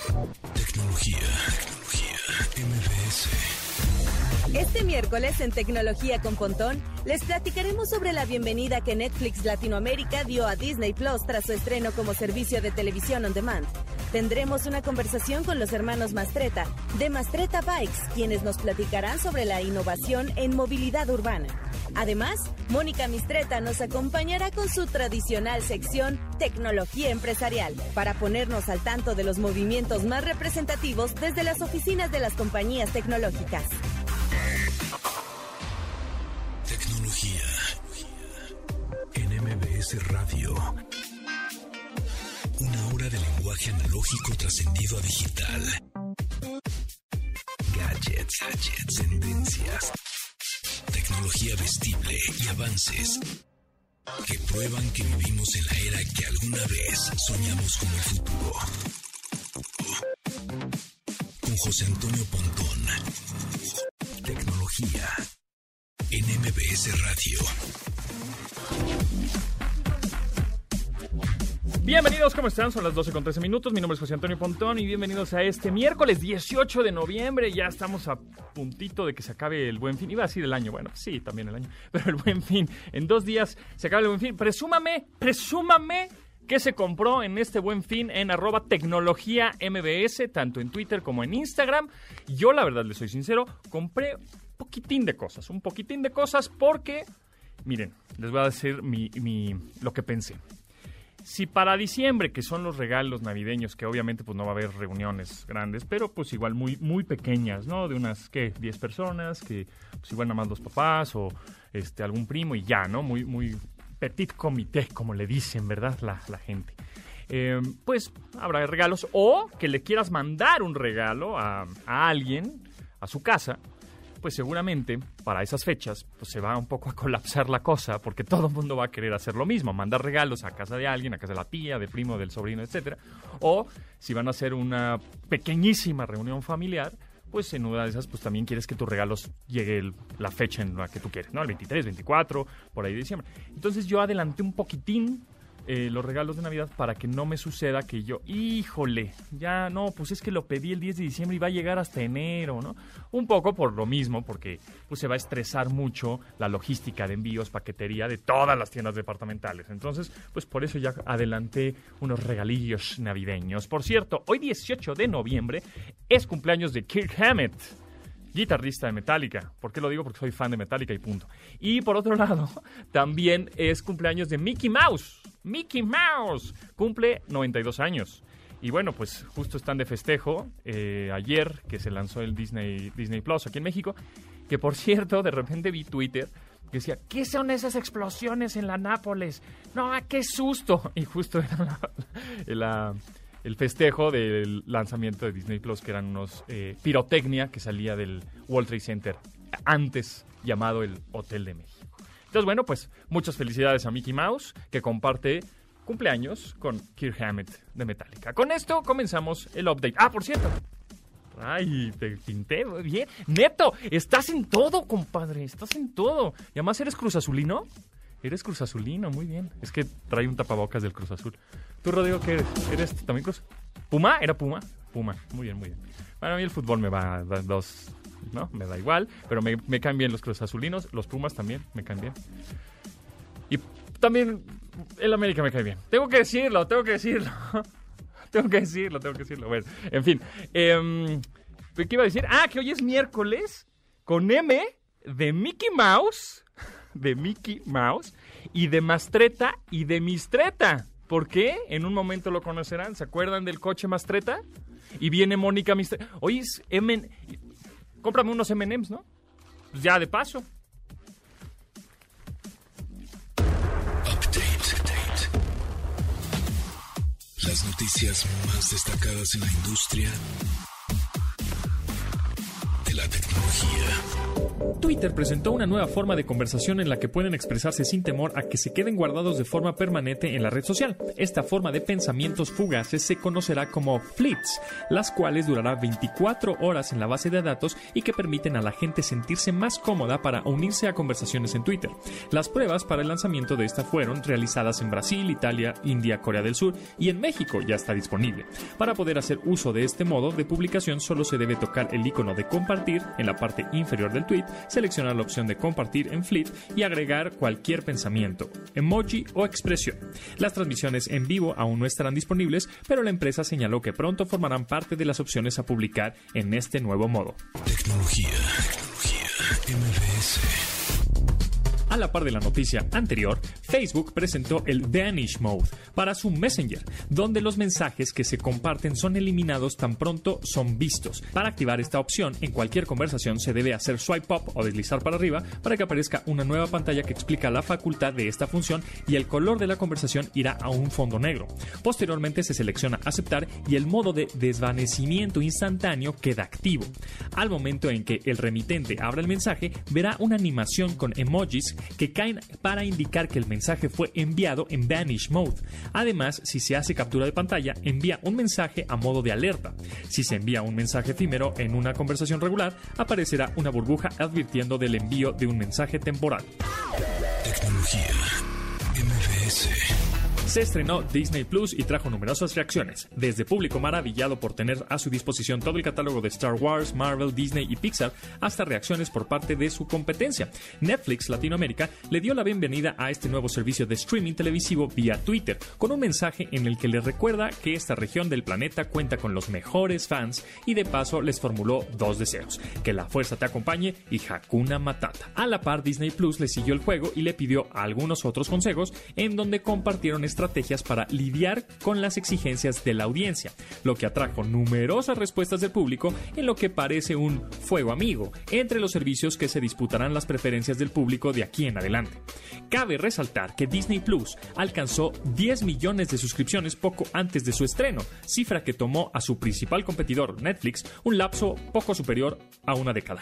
Tecnología MBS. Este miércoles en Tecnología con Pontón les platicaremos sobre la bienvenida que Netflix Latinoamérica dio a Disney Plus tras su estreno como servicio de televisión on demand. Tendremos una conversación con los hermanos Mastretta de Mastretta Bikes, quienes nos platicarán sobre la innovación en movilidad urbana. Además, Mónica Mistretta nos acompañará con su tradicional sección Tecnología Empresarial para ponernos al tanto de los movimientos más representativos desde las oficinas de las compañías tecnológicas. Tecnología en MBS Radio. Una hora de lenguaje analógico trascendido a digital. Gadgets, tendencias, tecnología vestible y avances que prueban que vivimos en la era que alguna vez soñamos como el futuro. Con José Antonio Pontón. Tecnología en MBS Radio. Bienvenidos, ¿cómo están? Son las 12:13 minutos. Mi nombre es José Antonio Pontón y bienvenidos a este miércoles 18 de noviembre. Ya estamos a puntito de que se acabe el Buen Fin. Iba a decir el año, bueno, sí, también el año, pero el Buen Fin. En 2 días se acaba el Buen Fin. Presúmame que se compró en este Buen Fin en @tecnologíambs, tanto en Twitter como en Instagram. Yo, la verdad, les soy sincero, compré un poquitín de cosas porque, miren, les voy a decir lo que pensé. Si para diciembre, que son los regalos navideños, que obviamente pues no va a haber reuniones grandes, pero pues igual muy, muy pequeñas, ¿no? De unas, 10 personas, que pues igual nada más los papás o algún primo y ya, ¿no? Muy, muy petit comité, como le dicen, ¿verdad? La gente. Pues habrá regalos, o que le quieras mandar un regalo a alguien, a su casa. Pues seguramente para esas fechas pues se va un poco a colapsar la cosa, porque todo el mundo va a querer hacer lo mismo, mandar regalos a casa de alguien, a casa de la tía, del primo, del sobrino, etcétera. O si van a hacer una pequeñísima reunión familiar, pues en una de esas pues también quieres que tus regalos llegue la fecha en la que tú quieres, ¿no? El 23, 24, por ahí de diciembre. Entonces yo adelanté un poquitín los regalos de Navidad para que no me suceda que yo, híjole, ya no, pues es que lo pedí el 10 de diciembre y va a llegar hasta enero, ¿no? Un poco por lo mismo, porque pues se va a estresar mucho la logística de envíos, paquetería de todas las tiendas departamentales. Entonces, pues por eso ya adelanté unos regalillos navideños. Por cierto, hoy 18 de noviembre es cumpleaños de Kirk Hammett, guitarrista de Metallica. ¿Por qué lo digo? Porque soy fan de Metallica y punto. Y por otro lado, también es cumpleaños de Mickey Mouse. Mickey Mouse cumple 92 años. Y bueno, pues justo están de festejo. Ayer que se lanzó el Disney Plus aquí en México, que por cierto, de repente vi Twitter que decía, ¿qué son esas explosiones en la Nápoles? No, qué susto. Y justo era el festejo del lanzamiento de Disney Plus, que eran unos pirotecnia que salía del World Trade Center, antes llamado el Hotel de México. Entonces, bueno, pues muchas felicidades a Mickey Mouse, que comparte cumpleaños con Kirk Hammett de Metallica. Con esto comenzamos el update. Ah, por cierto. Ay, te pinté bien. Neto, estás en todo, compadre. Estás en todo. Y además, ¿eres cruzazulino? Eres cruzazulino, muy bien. Es que trae un tapabocas del Cruz Azul. ¿Tú, Rodrigo, qué eres? ¿Eres también Cruz? ¿Puma? ¿Era Puma? Puma. Muy bien, muy bien. Bueno, a mí el fútbol me va a dar dos, ¿no? Me da igual, pero me caen bien los Cruzazulinos. Los Pumas también me caen bien. Y también el América me cae bien. Tengo que decirlo. Bueno, en fin. ¿Qué iba a decir? Ah, que hoy es miércoles con M de Mickey Mouse y de Mastretta y de Mistretta. ¿Por qué? En un momento lo conocerán. ¿Se acuerdan del coche Mastretta? Y viene Mónica Mistretta. Oye, es cómprame unos M&M's, ¿no? Pues ya de paso. Update. Las noticias más destacadas en la industria de la tecnología. Tecnología. Twitter presentó una nueva forma de conversación en la que pueden expresarse sin temor a que se queden guardados de forma permanente en la red social. Esta forma de pensamientos fugaces se conocerá como Fleets, las cuales durará 24 horas en la base de datos y que permiten a la gente sentirse más cómoda para unirse a conversaciones en Twitter. Las pruebas para el lanzamiento de esta fueron realizadas en Brasil, Italia, India, Corea del Sur y en México ya está disponible. Para poder hacer uso de este modo de publicación solo se debe tocar el icono de compartir en la parte inferior del tweet, seleccionar la opción de compartir en Fleet y agregar cualquier pensamiento, emoji o expresión. Las transmisiones en vivo aún no estarán disponibles, pero la empresa señaló que pronto formarán parte de las opciones a publicar en este nuevo modo. Tecnología MBS. A la par de la noticia anterior, Facebook presentó el Vanish Mode para su Messenger, donde los mensajes que se comparten son eliminados tan pronto son vistos. Para activar esta opción, en cualquier conversación se debe hacer swipe up o deslizar para arriba para que aparezca una nueva pantalla que explica la facultad de esta función y el color de la conversación irá a un fondo negro. Posteriormente se selecciona aceptar y el modo de desvanecimiento instantáneo queda activo. Al momento en que el remitente abra el mensaje, verá una animación con emojis que caen para indicar que el mensaje fue enviado en Vanish Mode. Además, si se hace captura de pantalla, envía un mensaje a modo de alerta. Si se envía un mensaje efímero en una conversación regular, aparecerá una burbuja advirtiendo del envío de un mensaje temporal. Tecnología MBS. Se estrenó Disney Plus y trajo numerosas reacciones, desde público maravillado por tener a su disposición todo el catálogo de Star Wars, Marvel, Disney y Pixar, hasta reacciones por parte de su competencia. Netflix Latinoamérica le dio la bienvenida a este nuevo servicio de streaming televisivo vía Twitter, con un mensaje en el que le recuerda que esta región del planeta cuenta con los mejores fans y de paso les formuló dos deseos: que la fuerza te acompañe y Hakuna Matata. A la par, Disney Plus le siguió el juego y le pidió algunos otros consejos en donde compartieron estrategias para lidiar con las exigencias de la audiencia, lo que atrajo numerosas respuestas del público en lo que parece un fuego amigo entre los servicios que se disputarán las preferencias del público de aquí en adelante. Cabe resaltar que Disney Plus alcanzó 10 millones de suscripciones poco antes de su estreno, cifra que tomó a su principal competidor, Netflix, un lapso poco superior a una década.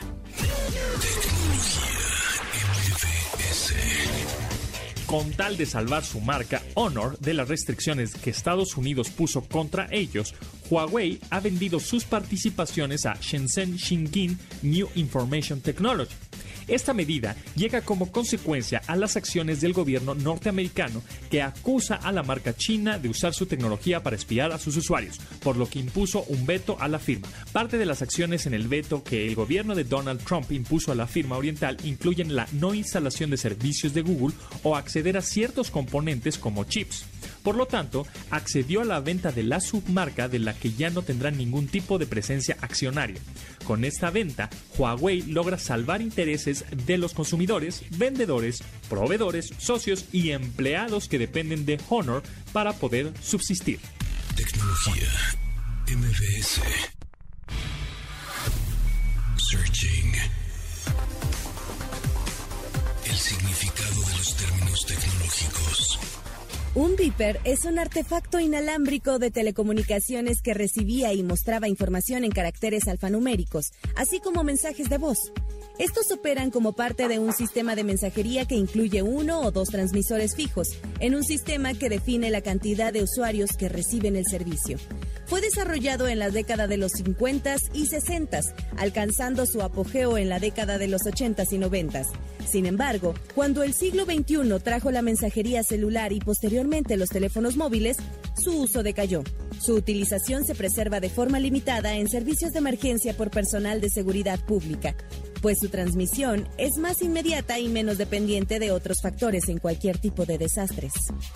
Con tal de salvar su marca Honor de las restricciones que Estados Unidos puso contra ellos, Huawei ha vendido sus participaciones a Shenzhen Xinjiang New Information Technology. Esta medida llega como consecuencia a las acciones del gobierno norteamericano que acusa a la marca china de usar su tecnología para espiar a sus usuarios, por lo que impuso un veto a la firma. Parte de las acciones en el veto que el gobierno de Donald Trump impuso a la firma oriental incluyen la no instalación de servicios de Google o acceder a ciertos componentes como chips. Por lo tanto, accedió a la venta de la submarca de la que ya no tendrá ningún tipo de presencia accionaria. Con esta venta, Huawei logra salvar intereses de los consumidores, vendedores, proveedores, socios y empleados que dependen de Honor para poder subsistir. Tecnología MBS. Searching. El significado de los términos tecnológicos. Un beeper es un artefacto inalámbrico de telecomunicaciones que recibía y mostraba información en caracteres alfanuméricos, así como mensajes de voz. Estos operan como parte de un sistema de mensajería que incluye uno o dos transmisores fijos, en un sistema que define la cantidad de usuarios que reciben el servicio. Fue desarrollado en la década de los 50s y 60s, alcanzando su apogeo en la década de los 80s y 90s. Sin embargo, cuando el siglo XXI trajo la mensajería celular y posteriormente los teléfonos móviles, su uso decayó. Su utilización se preserva de forma limitada en servicios de emergencia por personal de seguridad pública, pues su transmisión es más inmediata y menos dependiente de otros factores en cualquier tipo de desastres.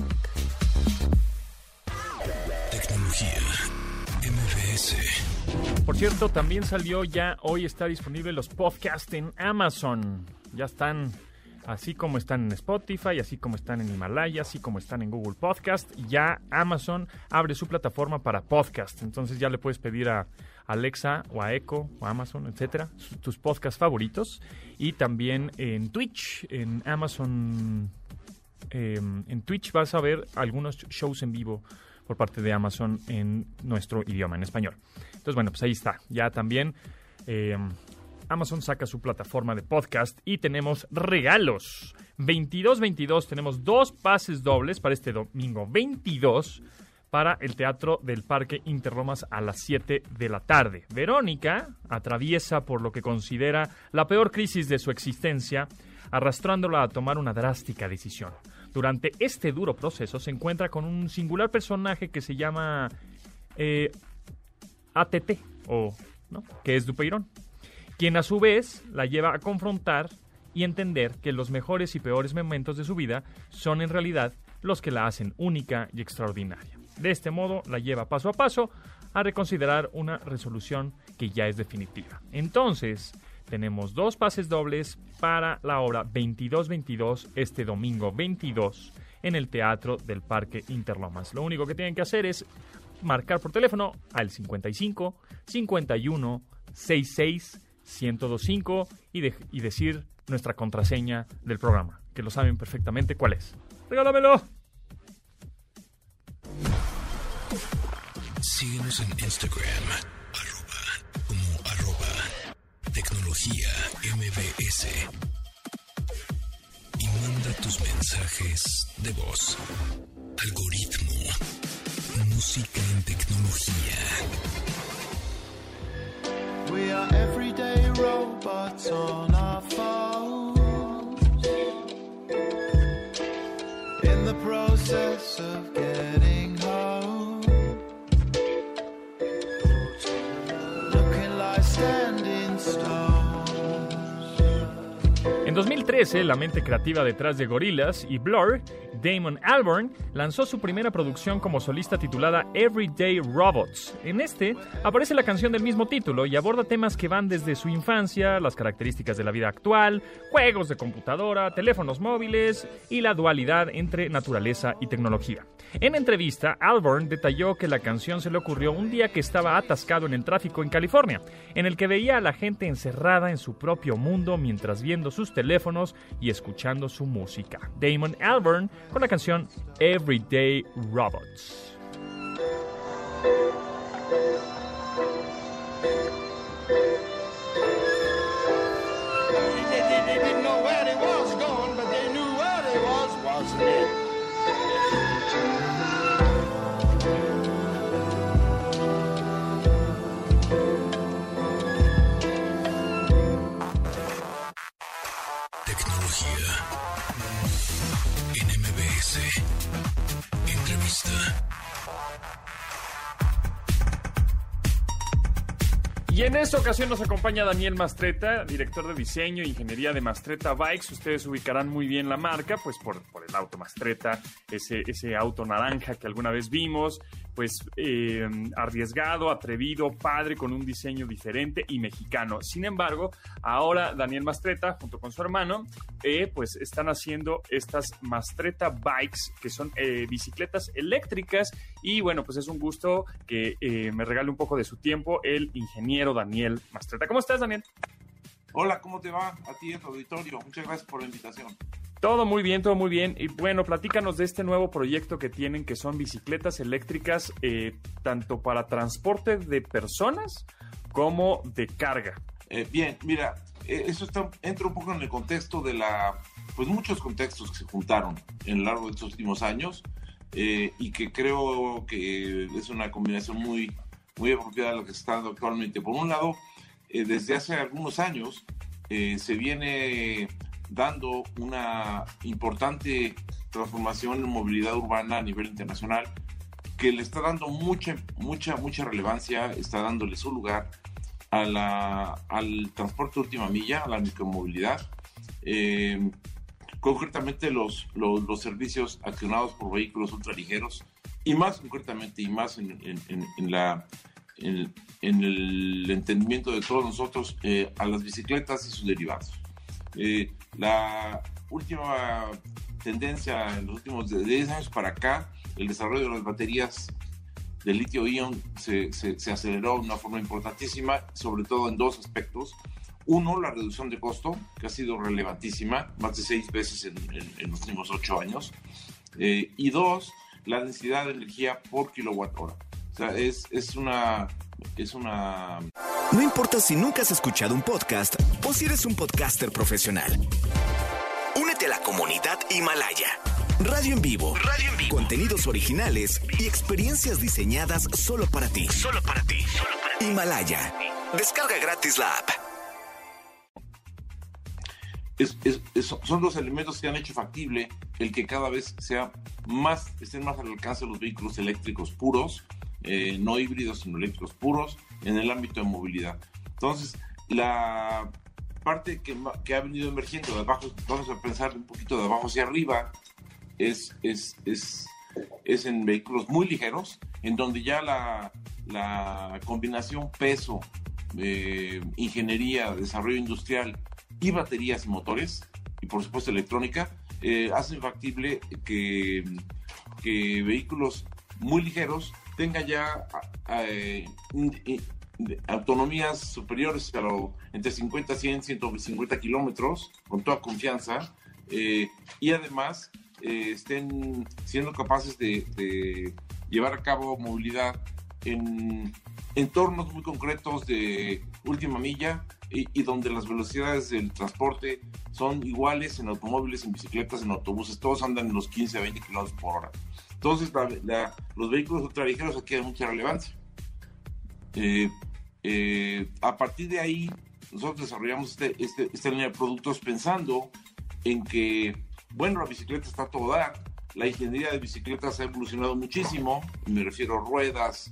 Tecnología MBS. Por cierto, también salió ya, hoy está disponible los podcasts en Amazon. Ya están, así como están en Spotify, así como están en Himalaya, así como están en Google Podcast. Ya Amazon abre su plataforma para podcast. Entonces ya le puedes pedir a Alexa o a Echo o a Amazon, etcétera, tus podcasts favoritos. Y también en Twitch, en Amazon, en Twitch vas a ver algunos shows en vivo por parte de Amazon en nuestro idioma, en español. Entonces, bueno, pues ahí está. Ya también Amazon saca su plataforma de podcast y tenemos regalos. 22-22 tenemos 2 pases dobles para este domingo 22 para el Teatro del Parque Interlomas a las 7 de la tarde. Verónica atraviesa por lo que considera la peor crisis de su existencia, arrastrándola a tomar una drástica decisión. Durante este duro proceso se encuentra con un singular personaje que se llama ATT, ¿no? Que es Dupeirón, quien a su vez la lleva a confrontar y entender que los mejores y peores momentos de su vida son en realidad los que la hacen única y extraordinaria. De este modo la lleva paso a paso a reconsiderar una resolución que ya es definitiva. Entonces, tenemos 2 pases dobles para la obra 22-22 este domingo 22 en el Teatro del Parque Interlomas. Lo único que tienen que hacer es marcar por teléfono al 55 51 66 1025 y decir nuestra contraseña del programa, que lo saben perfectamente cuál es. ¡Regálamelo! Síguenos en Instagram, Tecnología MBS. Y manda tus mensajes de voz. Algoritmo. Música en tecnología. We are everyday robots on our phones. In the process of getting home. Looking like standing stones. En 2013, la mente creativa detrás de Gorillaz y Blur, Damon Albarn, lanzó su primera producción como solista titulada Everyday Robots. En este, aparece la canción del mismo título y aborda temas que van desde su infancia, las características de la vida actual, juegos de computadora, teléfonos móviles y la dualidad entre naturaleza y tecnología. En entrevista, Albarn detalló que la canción se le ocurrió un día que estaba atascado en el tráfico en California, en el que veía a la gente encerrada en su propio mundo mientras viendo sus teléfonos y escuchando su música. Damon Albarn con la canción Everyday Robots. They didn't know where they was going, but they knew where they was, wasn't it? En MBS. Entrevista. Y en esta ocasión nos acompaña Daniel Mastretta, director de diseño e ingeniería de Mastretta Bikes. Ustedes ubicarán muy bien la marca, pues por el auto Mastretta, ese auto naranja que alguna vez vimos, pues arriesgado, atrevido, padre, con un diseño diferente y mexicano. Sin embargo, ahora Daniel Mastretta, junto con su hermano, pues están haciendo estas Mastretta Bikes, que son bicicletas eléctricas. Y bueno, pues es un gusto que me regale un poco de su tiempo el ingeniero Daniel Mastretta. ¿Cómo estás, Daniel? Hola, ¿cómo te va? A ti en tu auditorio. Muchas gracias por la invitación. Todo muy bien, todo muy bien. Y bueno, platícanos de este nuevo proyecto que tienen, que son bicicletas eléctricas, tanto para transporte de personas como de carga. Bien, mira, eso entra un poco en el contexto de pues muchos contextos que se juntaron en lo largo de estos últimos años y que creo que es una combinación muy apropiada a lo que se está dando actualmente. Por un lado, desde hace algunos años se viene dando una importante transformación en movilidad urbana a nivel internacional que le está dando mucha relevancia, está dándole su lugar al transporte de última milla, a la micromovilidad, concretamente los servicios accionados por vehículos ultraligeros y más concretamente y más en el entendimiento de todos nosotros a las bicicletas y sus derivados. La última tendencia en los últimos 10 años para acá, el desarrollo de las baterías de litio-ion se aceleró de una forma importantísima, sobre todo en 2 aspectos. Uno, la reducción de costo, que ha sido relevantísima, más de 6 veces en los últimos 8 años. Y 2, la densidad de energía por kilowatt hora. O sea, es una No importa si nunca has escuchado un podcast o si eres un podcaster profesional. Únete a la comunidad Himalaya. Radio en vivo. Contenidos originales y experiencias diseñadas solo para ti. Himalaya. Descarga gratis la app. Son los elementos que han hecho factible el que cada vez estén más al alcance de los vehículos eléctricos puros, no híbridos, sino eléctricos puros, en el ámbito de movilidad. Entonces, la parte que ha venido emergiendo de abajo, vamos a pensar un poquito de abajo hacia arriba, es en vehículos muy ligeros, en donde ya la combinación peso, ingeniería, desarrollo industrial y baterías y motores, y por supuesto electrónica, hacen factible que vehículos muy ligeros tengan ya autonomías superiores entre 50, 100, 150 kilómetros, con toda confianza, y además estén siendo capaces de llevar a cabo movilidad en entornos muy concretos de última milla y donde las velocidades del transporte son iguales en automóviles, en bicicletas, en autobuses, todos andan en los 15 a 20 kilómetros por hora. Entonces los vehículos ultraligeros aquí hay mucha relevancia. A partir de ahí nosotros desarrollamos esta línea de productos pensando en que, bueno, la bicicleta está a todo dar, la ingeniería de bicicletas ha evolucionado muchísimo, me refiero a ruedas,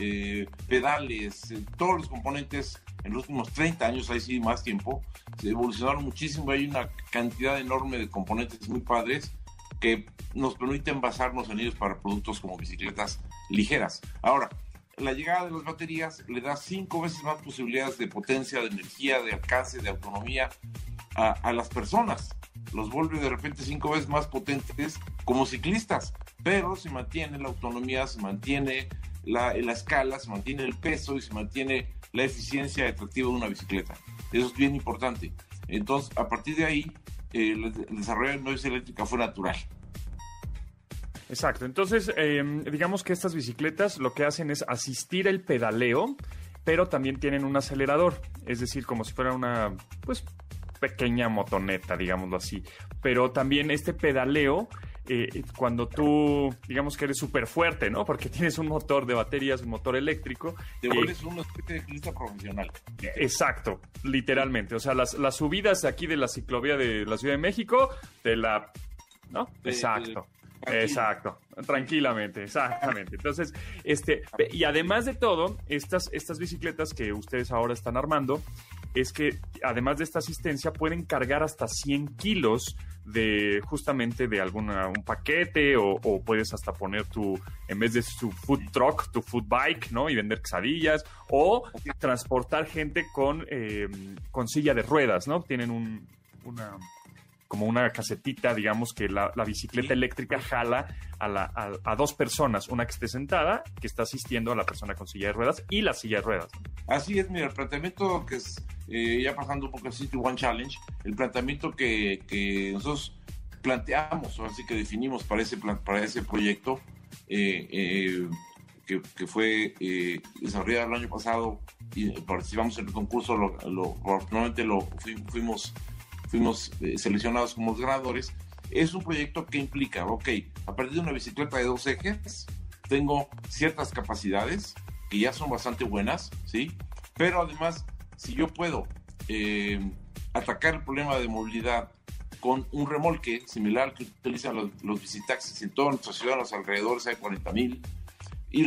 pedales, todos los componentes en los últimos 30 años, ahí sí más tiempo, se evolucionaron muchísimo, hay una cantidad enorme de componentes muy padres que nos permiten basarnos en ellos para productos como bicicletas ligeras. Ahora, la llegada de las baterías le da 5 veces más posibilidades de potencia, de energía, de alcance, de autonomía a las personas. Los vuelve de repente 5 veces más potentes como ciclistas, pero se mantiene la autonomía, se mantiene la escala, se mantiene el peso y se mantiene la eficiencia atractiva de una bicicleta. Eso es bien importante. Entonces, a partir de ahí, el desarrollo de la bici eléctrica fue natural. Exacto. Entonces, digamos que estas bicicletas lo que hacen es asistir el pedaleo, pero también tienen un acelerador. Es decir, como si fuera una, pues, pequeña motoneta, digámoslo así. Pero también este pedaleo, cuando tú, digamos que eres súper fuerte, ¿no? Porque tienes un motor de baterías, un motor eléctrico. Te vuelves un ciclista profesional. Exacto, literalmente. O sea, las subidas aquí de la ciclovía de la Ciudad de México, ¿no? Exacto. Exacto, tranquilamente, exactamente. Entonces, y además de todo, estas bicicletas que ustedes ahora están armando, es que además de esta asistencia pueden cargar hasta 100 kilos justamente de un paquete o puedes hasta poner en vez de tu food truck, tu food bike, ¿no? Y vender quesadillas o transportar gente con silla de ruedas, ¿no? Tienen como una casetita, digamos, que la bicicleta eléctrica jala a 2 personas, una que esté sentada, que está asistiendo a la persona con silla de ruedas y la silla de ruedas. Así es, mira, el planteamiento que es, ya pasando un poco al City One Challenge, el planteamiento que nosotros planteamos, o así que definimos para ese proyecto, que fue desarrollado el año pasado y participamos en el concurso, normalmente fuimos seleccionados como los ganadores. Es un proyecto que implica, a partir de una bicicleta de 2 ejes, tengo ciertas capacidades que ya son bastante buenas, ¿sí? Pero además, si yo puedo atacar el problema de movilidad con un remolque similar al que utilizan los bicitaxis en toda nuestra ciudad, en los alrededores hay 40,000, y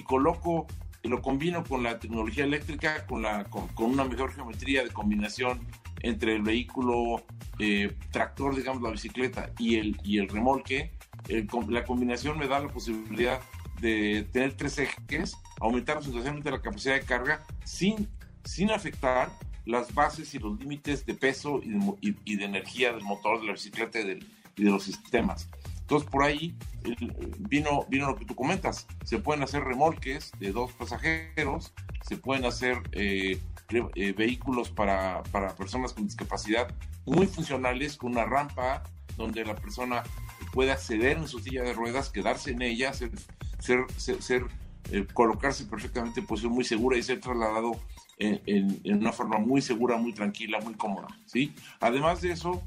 lo combino con la tecnología eléctrica, con una mejor geometría de combinación entre el vehículo tractor, digamos, la bicicleta y el remolque, la combinación me da la posibilidad de tener 3 ejes, aumentar sustancialmente la capacidad de carga sin afectar las bases y los límites de peso y de energía del motor de la bicicleta y de los sistemas. Entonces, por ahí vino lo que tú comentas. Se pueden hacer remolques de 2 pasajeros, se pueden hacer vehículos para personas con discapacidad muy funcionales, con una rampa donde la persona puede acceder en su silla de ruedas, quedarse en ella, ser colocarse perfectamente en posición muy segura y ser trasladado en una forma muy segura, muy tranquila, muy cómoda, ¿sí? Además de eso,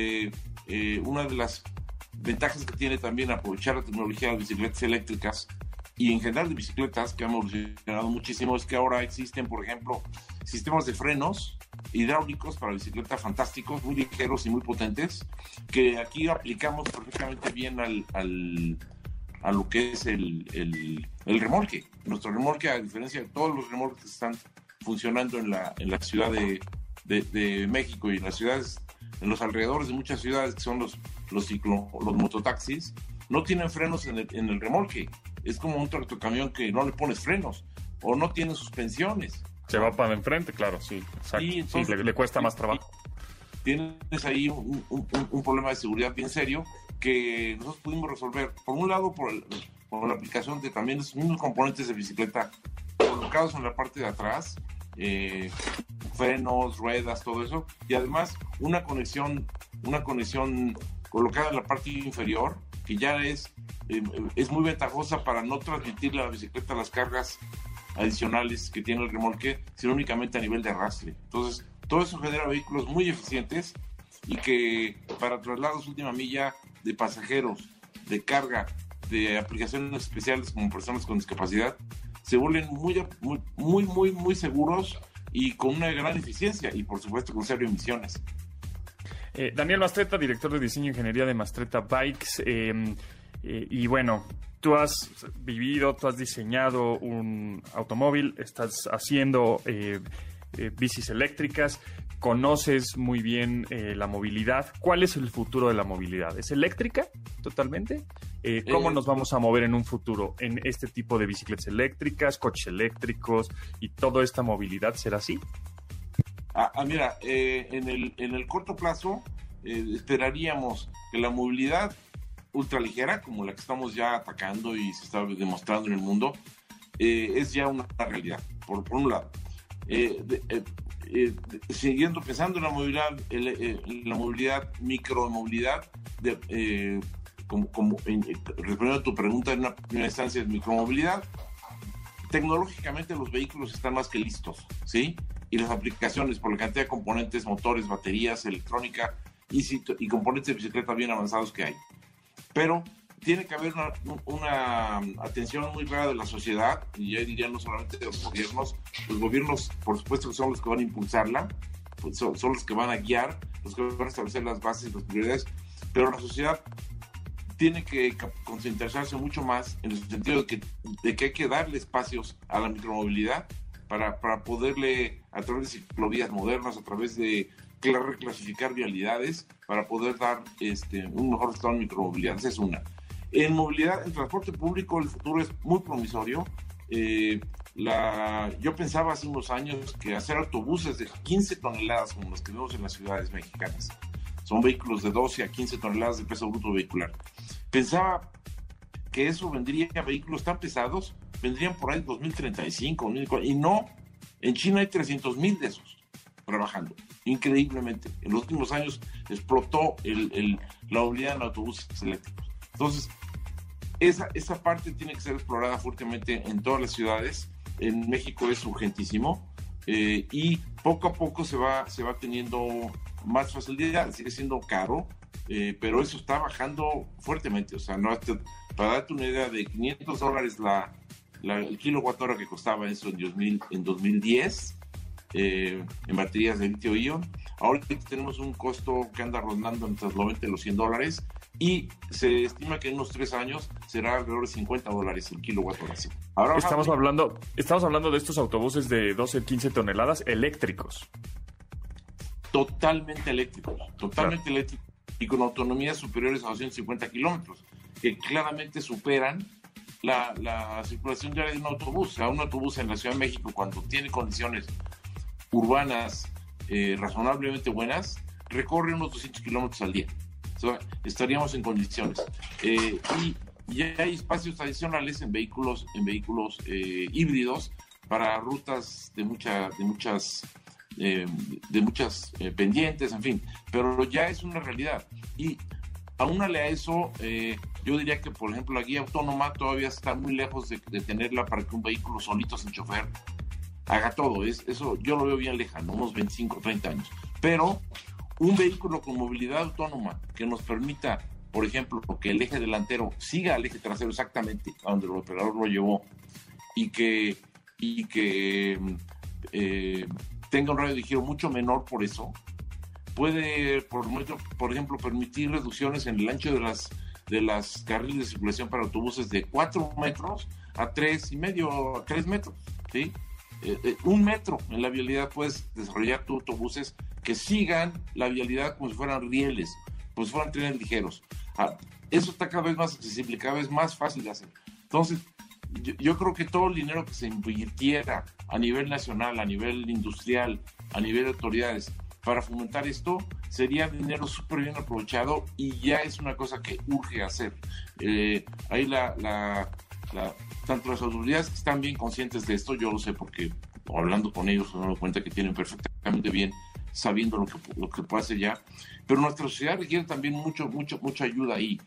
una de las ventajas que tiene también aprovechar la tecnología de las bicicletas eléctricas y en general de bicicletas, que han evolucionado muchísimo, es que ahora existen, por ejemplo, sistemas de frenos hidráulicos para bicicleta fantásticos, muy ligeros y muy potentes, que aquí aplicamos perfectamente bien a lo que es el remolque. Nuestro remolque, a diferencia de todos los remolques que están funcionando en la ciudad de México y en las ciudades, en los alrededores de muchas ciudades que son los mototaxis, no tienen frenos en el remolque. Es como un tractocamión que no le pones frenos o no tiene suspensiones. Se va para enfrente, claro, sí, exacto. Y entonces, sí, le cuesta más trabajo. Tienes ahí un problema de seguridad bien serio que nosotros pudimos resolver, por un lado, por la aplicación de también los mismos componentes de bicicleta colocados en la parte de atrás, frenos, ruedas, todo eso, y además una conexión colocada en la parte inferior, que ya es muy ventajosa para no transmitirle a la bicicleta las cargas adicionales que tiene el remolque, sino únicamente a nivel de arrastre. Entonces, todo eso genera vehículos muy eficientes y que para traslados última milla de pasajeros, de carga, de aplicaciones especiales como personas con discapacidad, se vuelven muy seguros y con una gran eficiencia y por supuesto con cero emisiones. Daniel Mastretta, director de diseño e ingeniería de Mastretta Bikes. Y bueno, tú has vivido, tú has diseñado un automóvil, estás haciendo bicis eléctricas, conoces muy bien la movilidad. ¿Cuál es el futuro de la movilidad? ¿Es eléctrica totalmente? ¿Cómo nos vamos a mover en un futuro en este tipo de bicicletas eléctricas, coches eléctricos y toda esta movilidad será así? Mira, en el corto plazo esperaríamos que la movilidad ultraligera, como la que estamos ya atacando y se está demostrando en el mundo, es ya una realidad, por un lado. Siguiendo pensando en la movilidad, micromovilidad, respondiendo a tu pregunta en una primera instancia, es micromovilidad. Tecnológicamente los vehículos están más que listos, ¿sí? Y las aplicaciones por la cantidad de componentes, motores, baterías, electrónica y componentes de bicicleta bien avanzados que hay. Pero tiene que haber una atención muy clara de la sociedad, y ya diría no solamente de los gobiernos por supuesto que son los que van a impulsarla, pues son los que van a guiar, los que van a establecer las bases y las prioridades, pero la sociedad tiene que concentrarse mucho más en el sentido de que hay que darle espacios a la micromovilidad para poderle, a través de ciclovías modernas, a través de reclasificar vialidades, para poder dar un mejor estado en micromovilidad. Esa es una. En movilidad, en transporte público, el futuro es muy promisorio. Yo pensaba hace unos años que hacer autobuses de 15 toneladas, como los que vemos en las ciudades mexicanas, son vehículos de 12 a 15 toneladas de peso bruto vehicular. Pensaba que eso vendría a vehículos tan pesados, vendrían por ahí 2035, 2040, y no, en China hay 300,000 de esos trabajando, increíblemente. En los últimos años explotó la movilidad en autobuses eléctricos. Entonces, esa parte tiene que ser explorada fuertemente en todas las ciudades. En México es urgentísimo y poco a poco se va teniendo más facilidad. Sigue siendo caro, pero eso está bajando fuertemente. O sea, para darte una idea, de $500 el kilowatt hora que costaba eso en 2010 en baterías de litio-ion, ahora tenemos un costo que anda rondando entre los $90 y los $100, y se estima que en unos 3 años será alrededor de $50 el kilowatt hora. Ahora estamos hablando de estos autobuses de 12, 15 toneladas eléctricos. Totalmente eléctricos, y con autonomías superiores a 250 kilómetros, que claramente superan la circulación diaria de un autobús. O sea, un autobús en la Ciudad de México, cuando tiene condiciones urbanas razonablemente buenas, recorre unos 200 kilómetros al día. O sea, estaríamos en condiciones. Y ya hay espacios adicionales en vehículos híbridos para rutas de muchas pendientes, en fin. Pero ya es una realidad. Y aúnale a eso, yo diría que, por ejemplo, la guía autónoma todavía está muy lejos de tenerla para que un vehículo solito sin chofer haga todo. Eso yo lo veo bien lejano, unos 25, 30 años. Pero un vehículo con movilidad autónoma que nos permita, por ejemplo, que el eje delantero siga al eje trasero exactamente a donde el operador lo llevó y que tenga un radio de giro mucho menor por eso, puede, por ejemplo, permitir reducciones en el ancho de las carriles de circulación para autobuses de 4 metros a 3,5, 3 metros, ¿sí? 1 metro en la vialidad puedes desarrollar tus autobuses que sigan la vialidad como si fueran rieles, como si fueran trenes ligeros. Eso está cada vez más accesible, cada vez más fácil de hacer. Entonces, yo creo que todo el dinero que se invirtiera a nivel nacional, a nivel industrial, a nivel de autoridades, para fomentar esto, sería dinero súper bien aprovechado y ya es una cosa que urge hacer. Ahí tanto las autoridades que están bien conscientes de esto, yo lo sé porque hablando con ellos me doy cuenta que tienen perfectamente bien sabiendo lo que puede hacer ya, pero nuestra sociedad requiere también mucha ayuda ahí.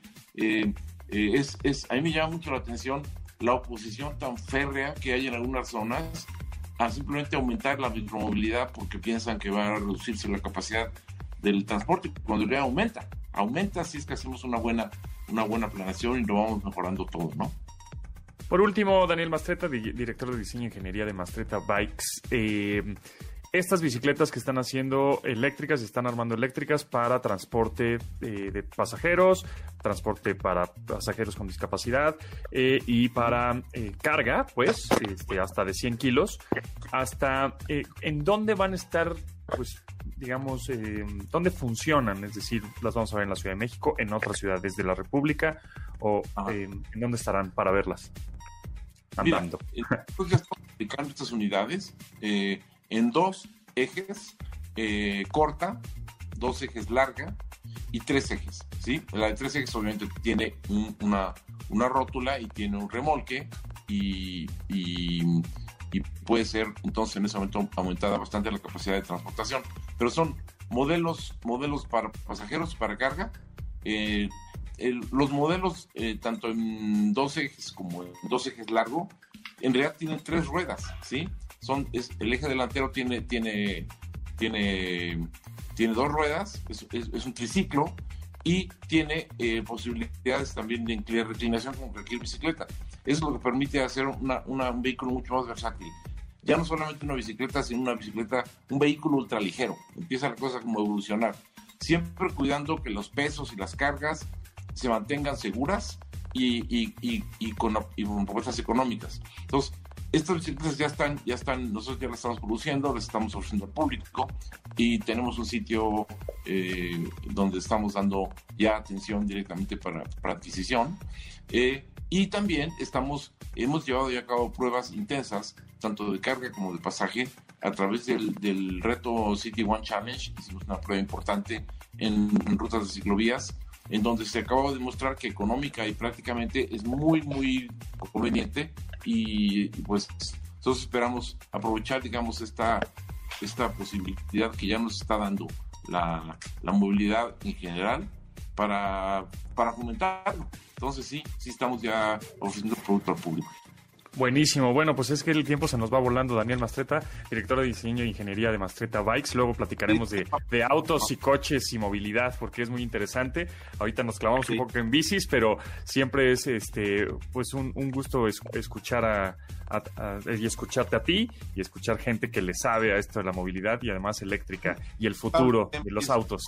A mí me llama mucho la atención la oposición tan férrea que hay en algunas zonas a simplemente aumentar la micromovilidad porque piensan que va a reducirse la capacidad del transporte, cuando en realidad aumenta si es que hacemos una buena planeación y lo vamos mejorando todo, ¿no? Por último, Daniel Mastretta, director de diseño e ingeniería de Mastretta Bikes. Estas bicicletas que están haciendo eléctricas, están armando eléctricas para transporte de pasajeros, transporte para pasajeros con discapacidad y para carga, pues, hasta de 100 kilos. ¿En dónde van a estar, pues, digamos, dónde funcionan? Es decir, las vamos a ver en la Ciudad de México, en otras ciudades de la República, o ¿en dónde estarán para verlas andando? Mira, pues ya estamos aplicando estas unidades en 2 ejes corta, 2 ejes larga y 3 ejes, ¿sí? La de 3 ejes obviamente tiene una rótula y tiene un remolque y puede ser entonces en ese momento aumentada bastante la capacidad de transportación, pero son modelos para pasajeros, para carga. Los modelos tanto en 2 ejes como en 2 ejes largo en realidad tienen 3 ruedas, ¿sí? El eje delantero tiene 2 ruedas, es un triciclo y tiene posibilidades también de reclinación como cualquier bicicleta. Eso es lo que permite hacer un vehículo mucho más versátil. Ya no solamente una bicicleta, sino un vehículo ultraligero. Empieza la cosa como a evolucionar, siempre cuidando que los pesos y las cargas se mantengan seguras y con propuestas económicas. Entonces, estas bicicletas ya están, nosotros ya las estamos produciendo, las estamos ofreciendo al público y tenemos un sitio donde estamos dando ya atención directamente para adquisición. Y también hemos llevado ya a cabo pruebas intensas, tanto de carga como de pasaje, a través del reto City One Challenge. Hicimos una prueba importante en rutas de ciclovías, en donde se acabó de demostrar que económica y prácticamente es muy, muy conveniente y pues nosotros esperamos aprovechar, digamos, esta posibilidad que ya nos está dando la movilidad en general para fomentarlo. Entonces sí estamos ya ofreciendo el producto al público. Buenísimo. Bueno, pues es que el tiempo se nos va volando. Daniel Mastretta, director de diseño e ingeniería de Mastretta Bikes. Luego platicaremos de autos y coches y movilidad, porque es muy interesante. Ahorita nos clavamos un poco en bicis, pero siempre es pues un gusto escuchar y escucharte a ti y escuchar gente que le sabe a esto de la movilidad y además eléctrica y el futuro de los autos.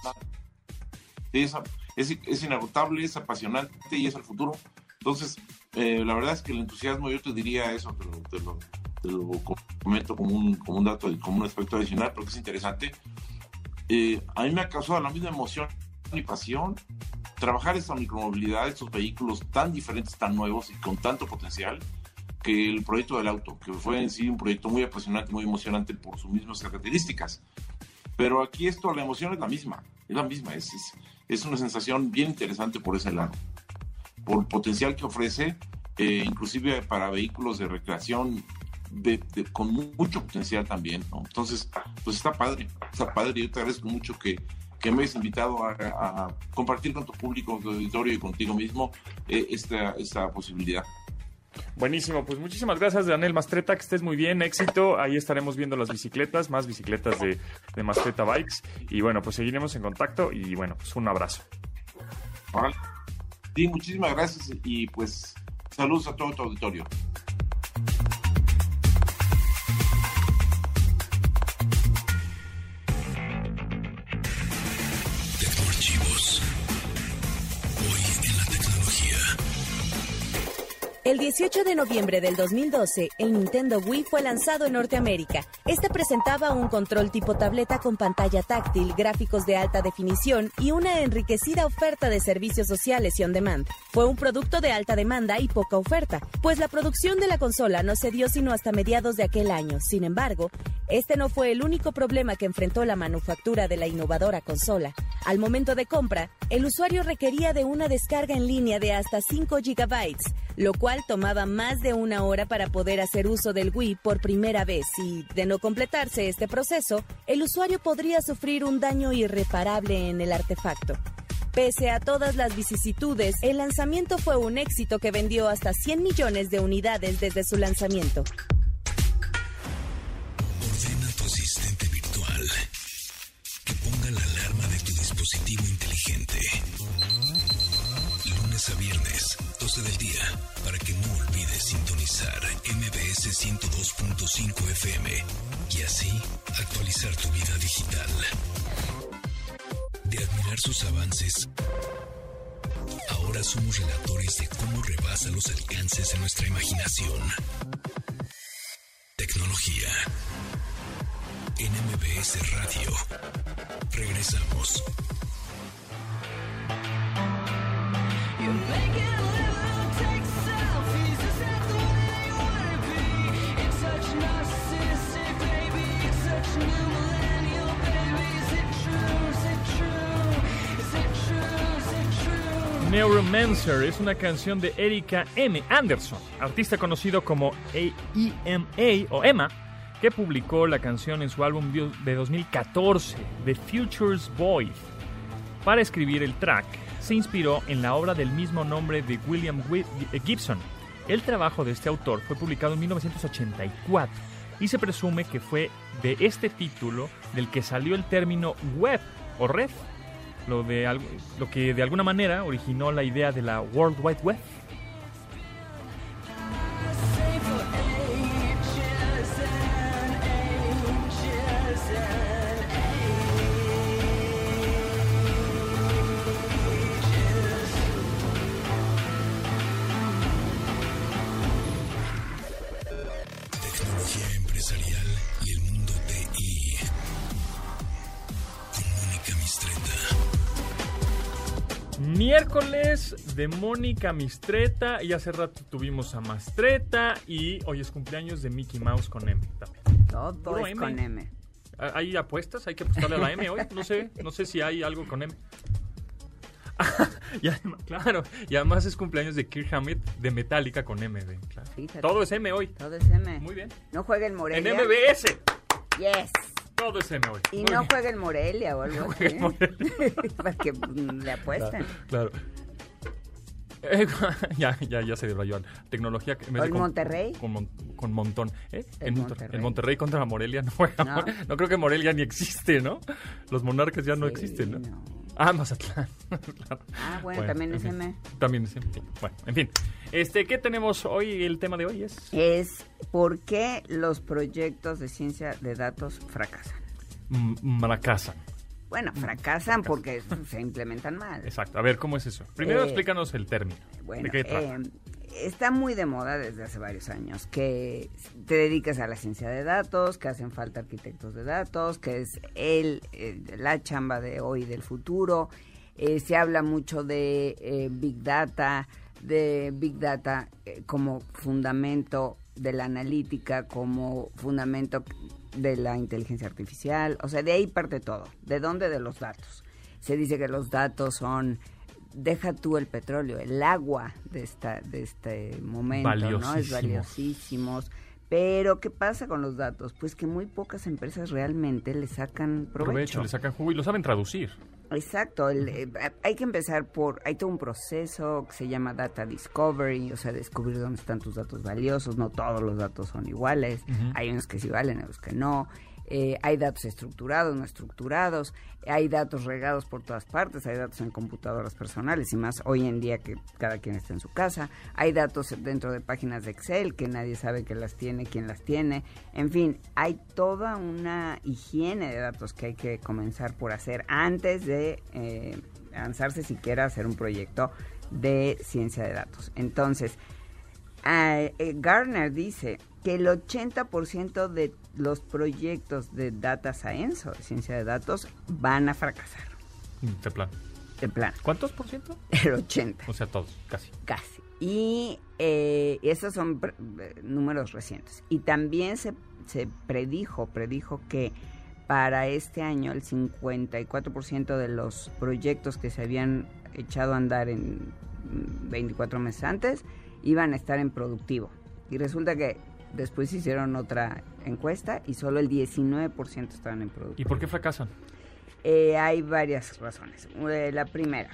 Es inagotable, es apasionante y es el futuro. Entonces, la verdad es que el entusiasmo, yo te diría eso, te lo comento como un dato, como un aspecto adicional, porque es interesante. A mí me ha causado la misma emoción y pasión trabajar esta micromovilidad, estos vehículos tan diferentes, tan nuevos y con tanto potencial, que el proyecto del auto, que fue en sí un proyecto muy apasionante, muy emocionante por sus mismas características. Pero aquí la emoción es la misma, es una sensación bien interesante por ese lado, por el potencial que ofrece, inclusive para vehículos de recreación con mucho potencial también, ¿no? Entonces, pues está padre, yo te agradezco mucho que que me hayas invitado a compartir con tu público, con tu auditorio y contigo mismo esta posibilidad. Buenísimo, pues muchísimas gracias, Daniel Mastretta, que estés muy bien, éxito. Ahí estaremos viendo las bicicletas, más bicicletas de Mastretta Bikes. Y bueno, pues seguiremos en contacto y bueno, pues un abrazo. Órale. Sí, muchísimas gracias y pues saludos a todo tu auditorio. Tecnoarchivos. Hoy en la tecnología. El 18 de noviembre del 2012, el Nintendo Wii fue lanzado en Norteamérica. Este presentaba un control tipo tableta con pantalla táctil, gráficos de alta definición y una enriquecida oferta de servicios sociales y on-demand. Fue un producto de alta demanda y poca oferta, pues la producción de la consola no se dio sino hasta mediados de aquel año. Sin embargo, este no fue el único problema que enfrentó la manufactura de la innovadora consola. Al momento de compra, el usuario requería de una descarga en línea de hasta 5 GB, lo cual tomaba más de una hora para poder hacer uso del Wii por primera vez y, de no completarse este proceso, el usuario podría sufrir un daño irreparable en el artefacto. Pese a todas las vicisitudes, el lanzamiento fue un éxito que vendió hasta 100 millones de unidades desde su lanzamiento. Ordena a tu asistente virtual que ponga la alarma de tu dispositivo inteligente. Lunes a viernes, 12 del día, para que no olvides sintonizar MBS 102.5 FM y así actualizar tu vida digital. De admirar sus avances, ahora somos relatores de cómo rebasa los alcances de nuestra imaginación. Tecnología en MBS Radio. Regresamos. Neuromancer es una canción de Erika M. Anderson, artista conocido como EMA o Emma, que publicó la canción en su álbum de 2014, The Future's Void. Para escribir el track, se inspiró en la obra del mismo nombre de William Gibson. El trabajo de este autor fue publicado en 1984 y se presume que fue de este título del que salió el término web o red, lo que de alguna manera originó la idea de la World Wide Web. Tecnología empresarial y el mundo TI. Con Mónica Mistretta. Miércoles de Mónica Mistretta, y hace rato tuvimos a Mastretta y hoy es cumpleaños de Mickey Mouse con M también. Todo es con M. ¿Hay apuestas? ¿Hay que apostarle a la M hoy? No sé si hay algo con M. Claro, y además es cumpleaños de Kirk Hammett de Metallica con M. Claro. Todo es M hoy. Todo es M. Muy bien. No juega el Morelia. En MBS. Yes. Todo es M hoy. Y Muy no bien. juega el Morelia o algo así. Para que le apuesten. Claro. Ya se debrayó. Tecnología. ¿O el Monterrey? Con montón. El Monterrey. El Monterrey contra la Morelia no juega. No creo que Morelia ni existe, ¿no? Los Monarcas ya no existen, ¿no? Mazatlán. Claro. Bueno, también es M. También es M. Bueno, en fin. ¿Qué tenemos hoy? El tema de hoy es ¿por qué los proyectos de ciencia de datos fracasan? Fracasan. Bueno, fracasan porque se implementan mal. Exacto. A ver, ¿cómo es eso? Primero explícanos el término. Bueno, ¿de qué trata? Está muy de moda desde hace varios años que te dedicas a la ciencia de datos, que hacen falta arquitectos de datos, que es la chamba de hoy del futuro. Se habla mucho de Big Data como fundamento de la analítica, como fundamento de la inteligencia artificial. O sea, de ahí parte todo. ¿De dónde? De los datos. Se dice que los datos son... Deja tú el petróleo, el agua de este momento, ¿no? Es valiosísimos, Pero, ¿qué pasa con los datos? Pues que muy pocas empresas realmente le sacan provecho. Le sacan jugo y lo saben traducir. Exacto. Hay que empezar hay todo un proceso que se llama Data Discovery, o sea, descubrir dónde están tus datos valiosos. No todos los datos son iguales. Hay unos que sí valen, otros que no. Hay datos estructurados, no estructurados, hay datos regados por todas partes, hay datos en computadoras personales y más hoy en día que cada quien está en su casa, hay datos dentro de páginas de Excel que nadie sabe que las tiene, quién las tiene, en fin, hay toda una higiene de datos que hay que comenzar por hacer antes de lanzarse siquiera a hacer un proyecto de ciencia de datos. Entonces, Gartner dice que el 80% de los proyectos de data science o de ciencia de datos van a fracasar. De plan. De plan. ¿Cuántos por ciento? El 80. O sea, todos, casi. Casi. Y esos son números recientes. Y también se predijo que para este año el 54% de los proyectos que se habían echado a andar en 24 meses antes iban a estar en productivo. Y resulta que después hicieron otra encuesta y solo el 19% estaban en productivo. ¿Y por qué fracasan? Hay varias razones. La primera,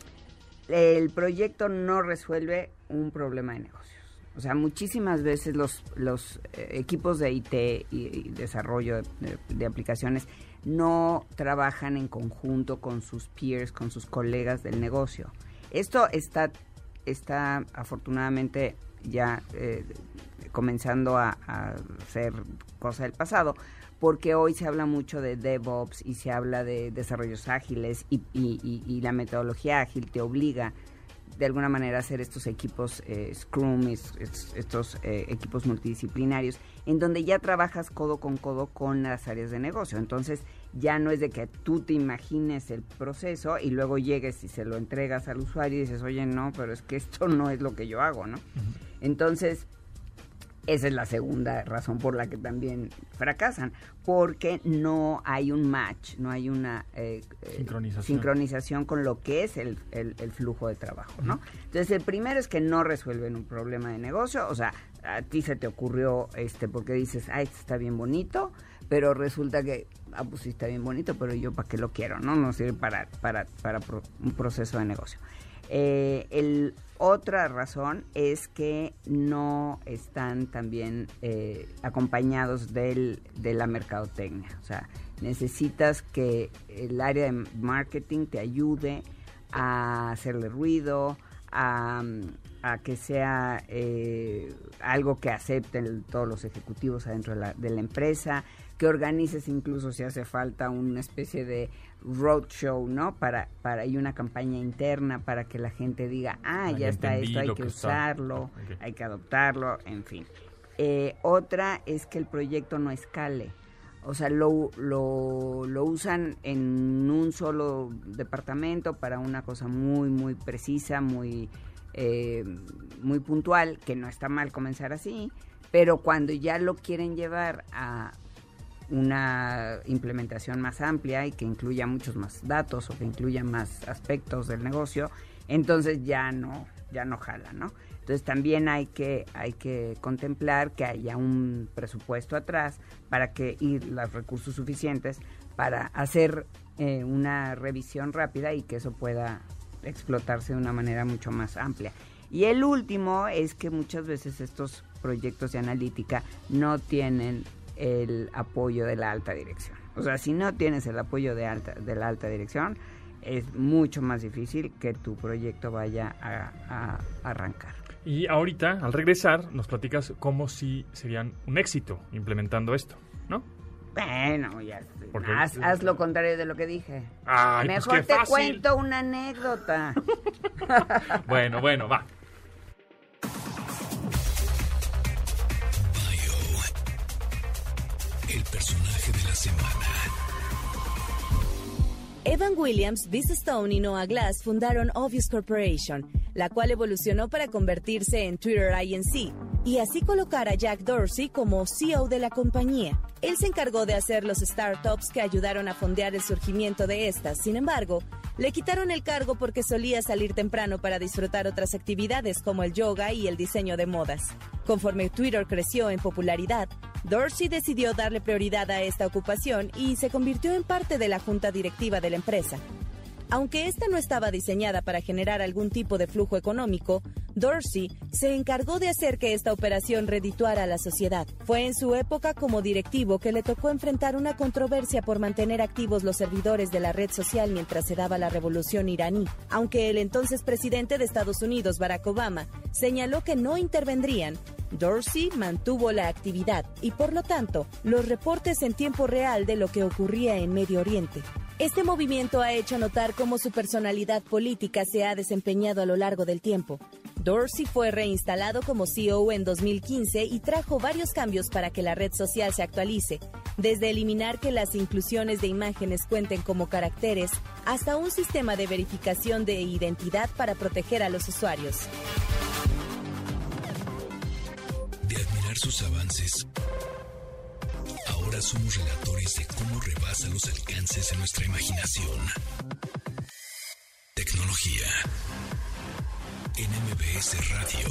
el proyecto no resuelve un problema de negocios. O sea, muchísimas veces los equipos de IT y desarrollo de aplicaciones no trabajan en conjunto con sus peers, con sus colegas del negocio. Esto está afortunadamente ya comenzando a ser cosa del pasado, porque hoy se habla mucho de DevOps y se habla de desarrollos ágiles y la metodología ágil te obliga de alguna manera a hacer estos equipos Scrum, estos equipos multidisciplinarios, en donde ya trabajas codo con las áreas de negocio. Entonces ya no es de que tú te imagines el proceso y luego llegues y se lo entregas al usuario y dices, oye, no, pero es que esto no es lo que yo hago, ¿no? Entonces, esa es la segunda razón por la que también fracasan, porque no hay un match, no hay una sincronización con lo que es el flujo de trabajo, ¿no? Entonces, el primero es que no resuelven un problema de negocio, o sea, a ti se te ocurrió porque dices, esto está bien bonito, pero resulta que, pues sí está bien bonito, pero yo ¿para qué lo quiero? No sirve para un proceso de negocio. Otra razón es que no están también acompañados de la mercadotecnia. O sea, necesitas que el área de marketing te ayude a hacerle ruido, a que sea algo que acepten todos los ejecutivos adentro de la empresa, que organices incluso si hace falta una especie de roadshow, ¿no? Y una campaña interna para que la gente diga, ya está esto, hay que usarlo, hay que adoptarlo, en fin. Otra es que el proyecto no escale. O sea, lo usan en un solo departamento para una cosa muy, muy precisa, muy puntual, que no está mal comenzar así, pero cuando ya lo quieren llevar a una implementación más amplia y que incluya muchos más datos o que incluya más aspectos del negocio, entonces ya no jala, ¿no? Entonces también hay que contemplar que haya un presupuesto atrás y los recursos suficientes para hacer una revisión rápida y que eso pueda explotarse de una manera mucho más amplia. Y el último es que muchas veces estos proyectos de analítica no tienen el apoyo de la alta dirección. O sea, si no tienes el apoyo de la alta dirección, es mucho más difícil que tu proyecto vaya a arrancar. Y ahorita, al regresar, nos platicas cómo sí serían un éxito implementando esto, ¿no? Bueno, ya haz lo contrario de lo que dije. Ay, mejor pues te fácil. cuento una anécdota. Bueno, va. El personaje de la semana. Evan Williams, Biz Stone y Noah Glass fundaron Obvious Corporation, la cual evolucionó para convertirse en Twitter Inc., y así colocar a Jack Dorsey como CEO de la compañía. Él se encargó de hacer los startups que ayudaron a fondear el surgimiento de estas. Sin embargo, le quitaron el cargo porque solía salir temprano para disfrutar otras actividades como el yoga y el diseño de modas. Conforme Twitter creció en popularidad, Dorsey decidió darle prioridad a esta ocupación y se convirtió en parte de la junta directiva de la empresa. Aunque esta no estaba diseñada para generar algún tipo de flujo económico, Dorsey se encargó de hacer que esta operación redituara a la sociedad. Fue en su época como directivo que le tocó enfrentar una controversia por mantener activos los servidores de la red social mientras se daba la revolución iraní. Aunque el entonces presidente de Estados Unidos, Barack Obama, señaló que no intervendrían, Dorsey mantuvo la actividad y, por lo tanto, los reportes en tiempo real de lo que ocurría en Medio Oriente. Este movimiento ha hecho notar cómo su personalidad política se ha desempeñado a lo largo del tiempo. Dorsey fue reinstalado como CEO en 2015 y trajo varios cambios para que la red social se actualice, desde eliminar que las inclusiones de imágenes cuenten como caracteres hasta un sistema de verificación de identidad para proteger a los usuarios. De admirar sus avances, ahora somos relatores de cómo rebasa los alcances de nuestra imaginación. Tecnología en MBS Radio.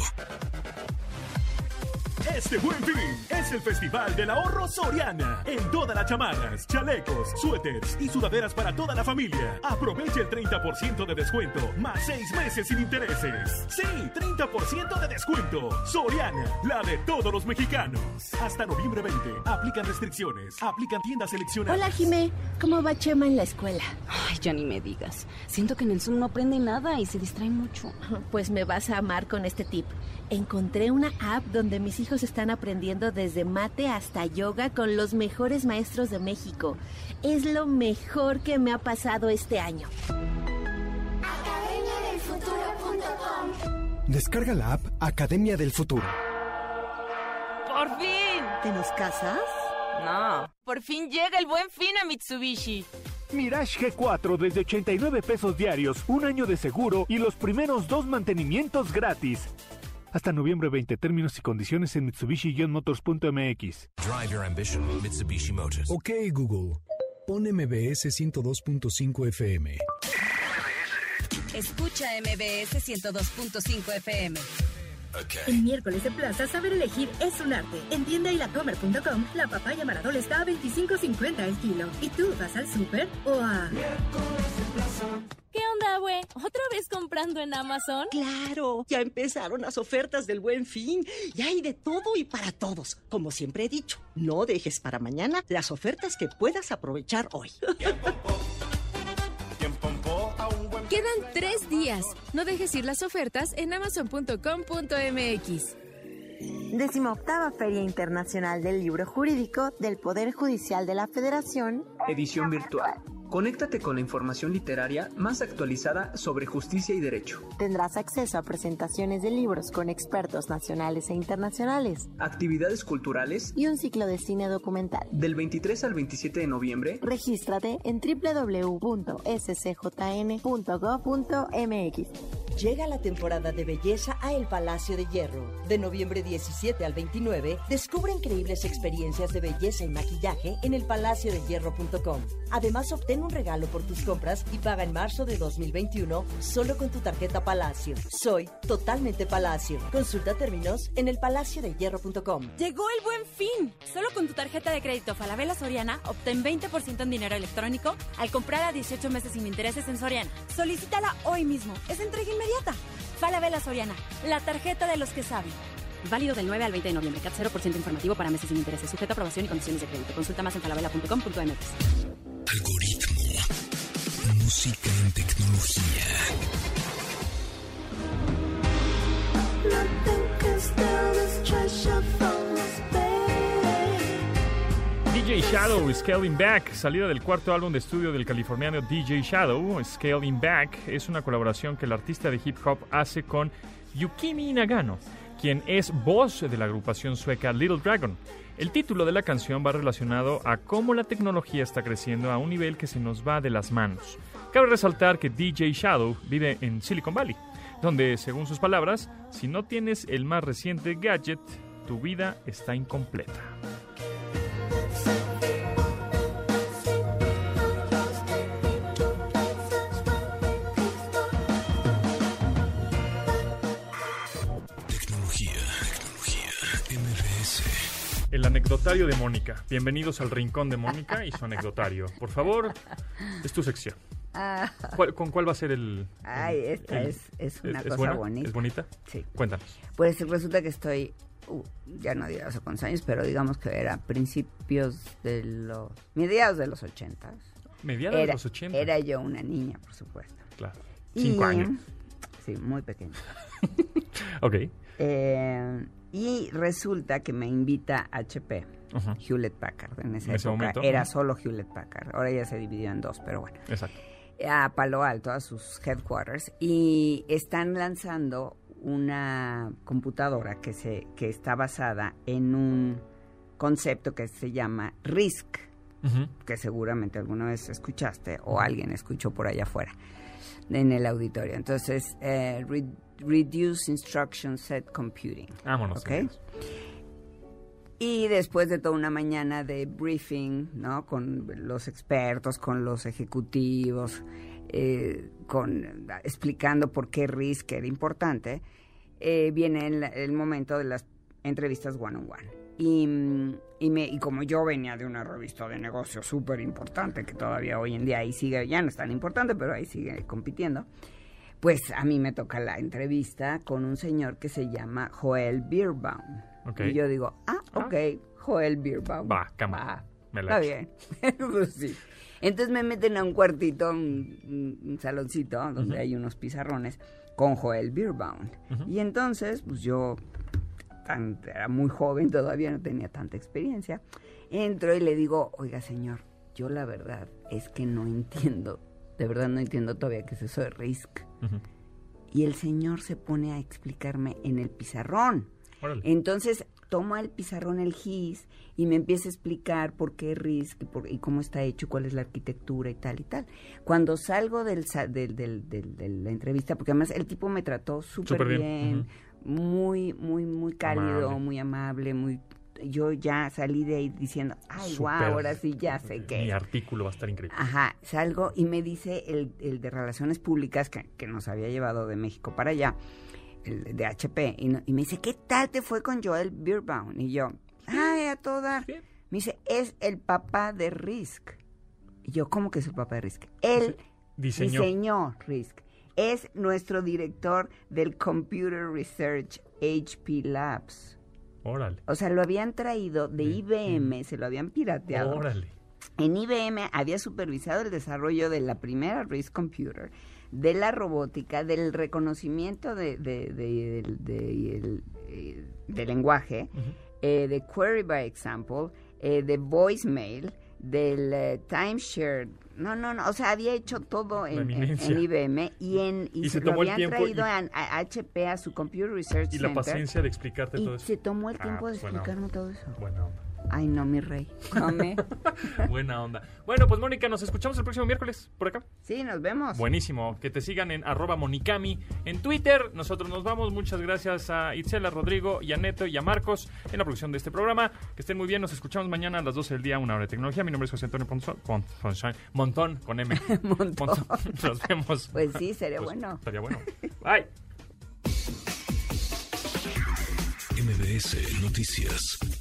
Este Buen Fin es el Festival del Ahorro Soriana. En todas las chamarras, chalecos, suéteres y sudaderas para toda la familia. Aprovecha el 30% de descuento, más 6 meses sin intereses. Sí, 30% de descuento. Soriana, la de todos los mexicanos. Hasta noviembre 20. Aplican restricciones. Aplican tiendas seleccionadas. Hola, Jimé. ¿Cómo va Chema en la escuela? Ay, ya ni me digas. Siento que en el Zoom no aprende nada y se distrae mucho. Pues me vas a amar con este tip. Encontré una app donde mis hijos están aprendiendo desde mate hasta yoga con los mejores maestros de México. Es lo mejor que me ha pasado este año. academiadelfuturo.com. Descarga la app Academia del Futuro. ¡Por fin! ¿Te nos casas? No. Por fin llega el Buen Fin a Mitsubishi. Mirage G4 desde 89 pesos diarios, un año de seguro y los primeros 2 mantenimientos gratis. Hasta noviembre 20. Términos y condiciones en Mitsubishi-motors.mx. Drive your ambition, Mitsubishi Motors. Ok, Google. Pon MBS 102.5 FM. Escucha MBS 102.5 FM. Okay. En miércoles de plaza, saber elegir es un arte. En tienda y-la-comer.com, la papaya Maradol está a $25.50 el kilo. ¿Y tú vas al súper o a...? ¿Qué onda, güey? ¿Otra vez comprando en Amazon? ¡Claro! Ya empezaron las ofertas del Buen Fin. Ya hay de todo y para todos. Como siempre he dicho, no dejes para mañana las ofertas que puedas aprovechar hoy. Quedan 3 días. No dejes ir las ofertas en amazon.com.mx. 18ª Feria Internacional del Libro Jurídico del Poder Judicial de la Federación. Edición virtual. Conéctate con la información literaria más actualizada sobre justicia y derecho. Tendrás acceso a presentaciones de libros con expertos nacionales e internacionales, actividades culturales y un ciclo de cine documental. Del 23 al 27 de noviembre, regístrate en www.scjn.gov.mx. Llega la temporada de belleza a El Palacio de Hierro. De noviembre 17 al 29, descubre increíbles experiencias de belleza y maquillaje en elpalaciodehierro.com. Además, obtén un regalo por tus compras y paga en marzo de 2021 solo con tu tarjeta Palacio. Soy totalmente Palacio. Consulta términos en elpalaciodehierro.com. ¡Llegó el Buen Fin! Solo con tu tarjeta de crédito Falabella Soriana obtén 20% en dinero electrónico al comprar a 18 meses sin intereses en Soriana. Solicítala hoy mismo. Es entrega inmediata. Falabella Soriana, la tarjeta de los que saben. Válido del 9 al 20 de noviembre. CAT 0% informativo para meses sin intereses. Sujeto a aprobación y condiciones de crédito. Consulta más en falabella.com.mx. Algoritmo. Música en tecnología. DJ Shadow, Scaling Back, salida del cuarto álbum de estudio del californiano DJ Shadow. Scaling Back es una colaboración que el artista de hip hop hace con Yukimi Nagano, quien es voz de la agrupación sueca Little Dragon. El título de la canción va relacionado a cómo la tecnología está creciendo a un nivel que se nos va de las manos. Cabe resaltar que DJ Shadow vive en Silicon Valley. donde, según sus palabras, si no tienes el más reciente gadget, tu vida está incompleta. El anecdotario de Mónica. Bienvenidos al rincón de Mónica y su anecdotario. Por favor, es tu sección. ¿Con cuál va a ser el...? Ay, esta es una cosa bonita. ¿Es bonita? Sí. Cuéntanos. Pues resulta que estoy, ya no digo hace cuántos años, pero digamos que era mediados de los 80. ¿Mediados de los 80? Era yo una niña, por supuesto. Claro. 5 años. Sí, muy pequeña. Ok. Y resulta que me invita HP, Hewlett Packard. En esa época momento, era solo Hewlett Packard. Ahora ya se dividió en dos, pero bueno. Exacto. A Palo Alto, a sus headquarters. Y están lanzando una computadora que está basada en un concepto que se llama RISC, que seguramente alguna vez escuchaste o alguien escuchó por allá afuera en el auditorio. Entonces, Reduced Instruction Set Computing. Vámonos. ¿Okay? Y después de toda una mañana de briefing, ¿no? Con los expertos, con los ejecutivos, explicando por qué RISC era importante, viene el momento de las entrevistas one-on-one. Y como yo venía de una revista de negocios súper importante, que todavía hoy en día ahí sigue, ya no es tan importante, pero ahí sigue compitiendo, pues a mí me toca la entrevista con un señor que se llama Joel Birnbaum. Okay. Y yo digo, ok, Joel Birnbaum. Está bien. Pues sí. Entonces me meten a un cuartito, un saloncito, donde hay unos pizarrones, con Joel Birnbaum. Y entonces, pues yo era muy joven, todavía no tenía tanta experiencia. Entro y le digo, oiga señor, yo la verdad es que no entiendo, de verdad no entiendo todavía qué es eso de RISC. Y el señor se pone a explicarme en el pizarrón. Órale. Entonces toma el pizarrón, el GIS, y me empieza a explicar por qué RISC y cómo está hecho, cuál es la arquitectura y tal y tal. Cuando salgo de la entrevista, porque además el tipo me trató súper bien, muy, muy, muy cálido, muy amable, yo ya salí de ahí diciendo, ay, guau, ahora sí ya sé que... Mi artículo va a estar increíble. Ajá, salgo y me dice el de Relaciones Públicas, que nos había llevado de México para allá, el de HP, y me dice, ¿qué tal te fue con Joel Birnbaum? Y yo, ay, a todo dar. Me dice, es el papá de RISC. Y yo, ¿cómo que es el papá de RISC? Él diseñó RISC. Es nuestro director del Computer Research HP Labs. Órale. O sea, lo habían traído de IBM, se lo habían pirateado. Órale. En IBM había supervisado el desarrollo de la primera RISC Computer, de la robótica, del reconocimiento de lenguaje, de Query by Example, de voicemail, del timeshare. No, o sea, había hecho todo en IBM y se lo habían traído a HP, a su Computer Research Center. Y la paciencia de explicarte todo eso. Y se tomó el tiempo de explicarme todo eso. Buena onda. Ay, no, mi rey. Buena onda. Bueno, pues Mónica, nos escuchamos el próximo miércoles por acá. Sí, nos vemos. Buenísimo. Que te sigan en @Monicami en Twitter. Nosotros nos vamos. Muchas gracias a Itzel, a Rodrigo y a Neto y a Marcos en la producción de este programa. Que estén muy bien. Nos escuchamos mañana a las 12 del día, 1 hora de tecnología. Mi nombre es José Antonio Montón, con M. Montón. Nos vemos. Pues sí, sería bueno. Estaría bueno. Bye. MBS Noticias.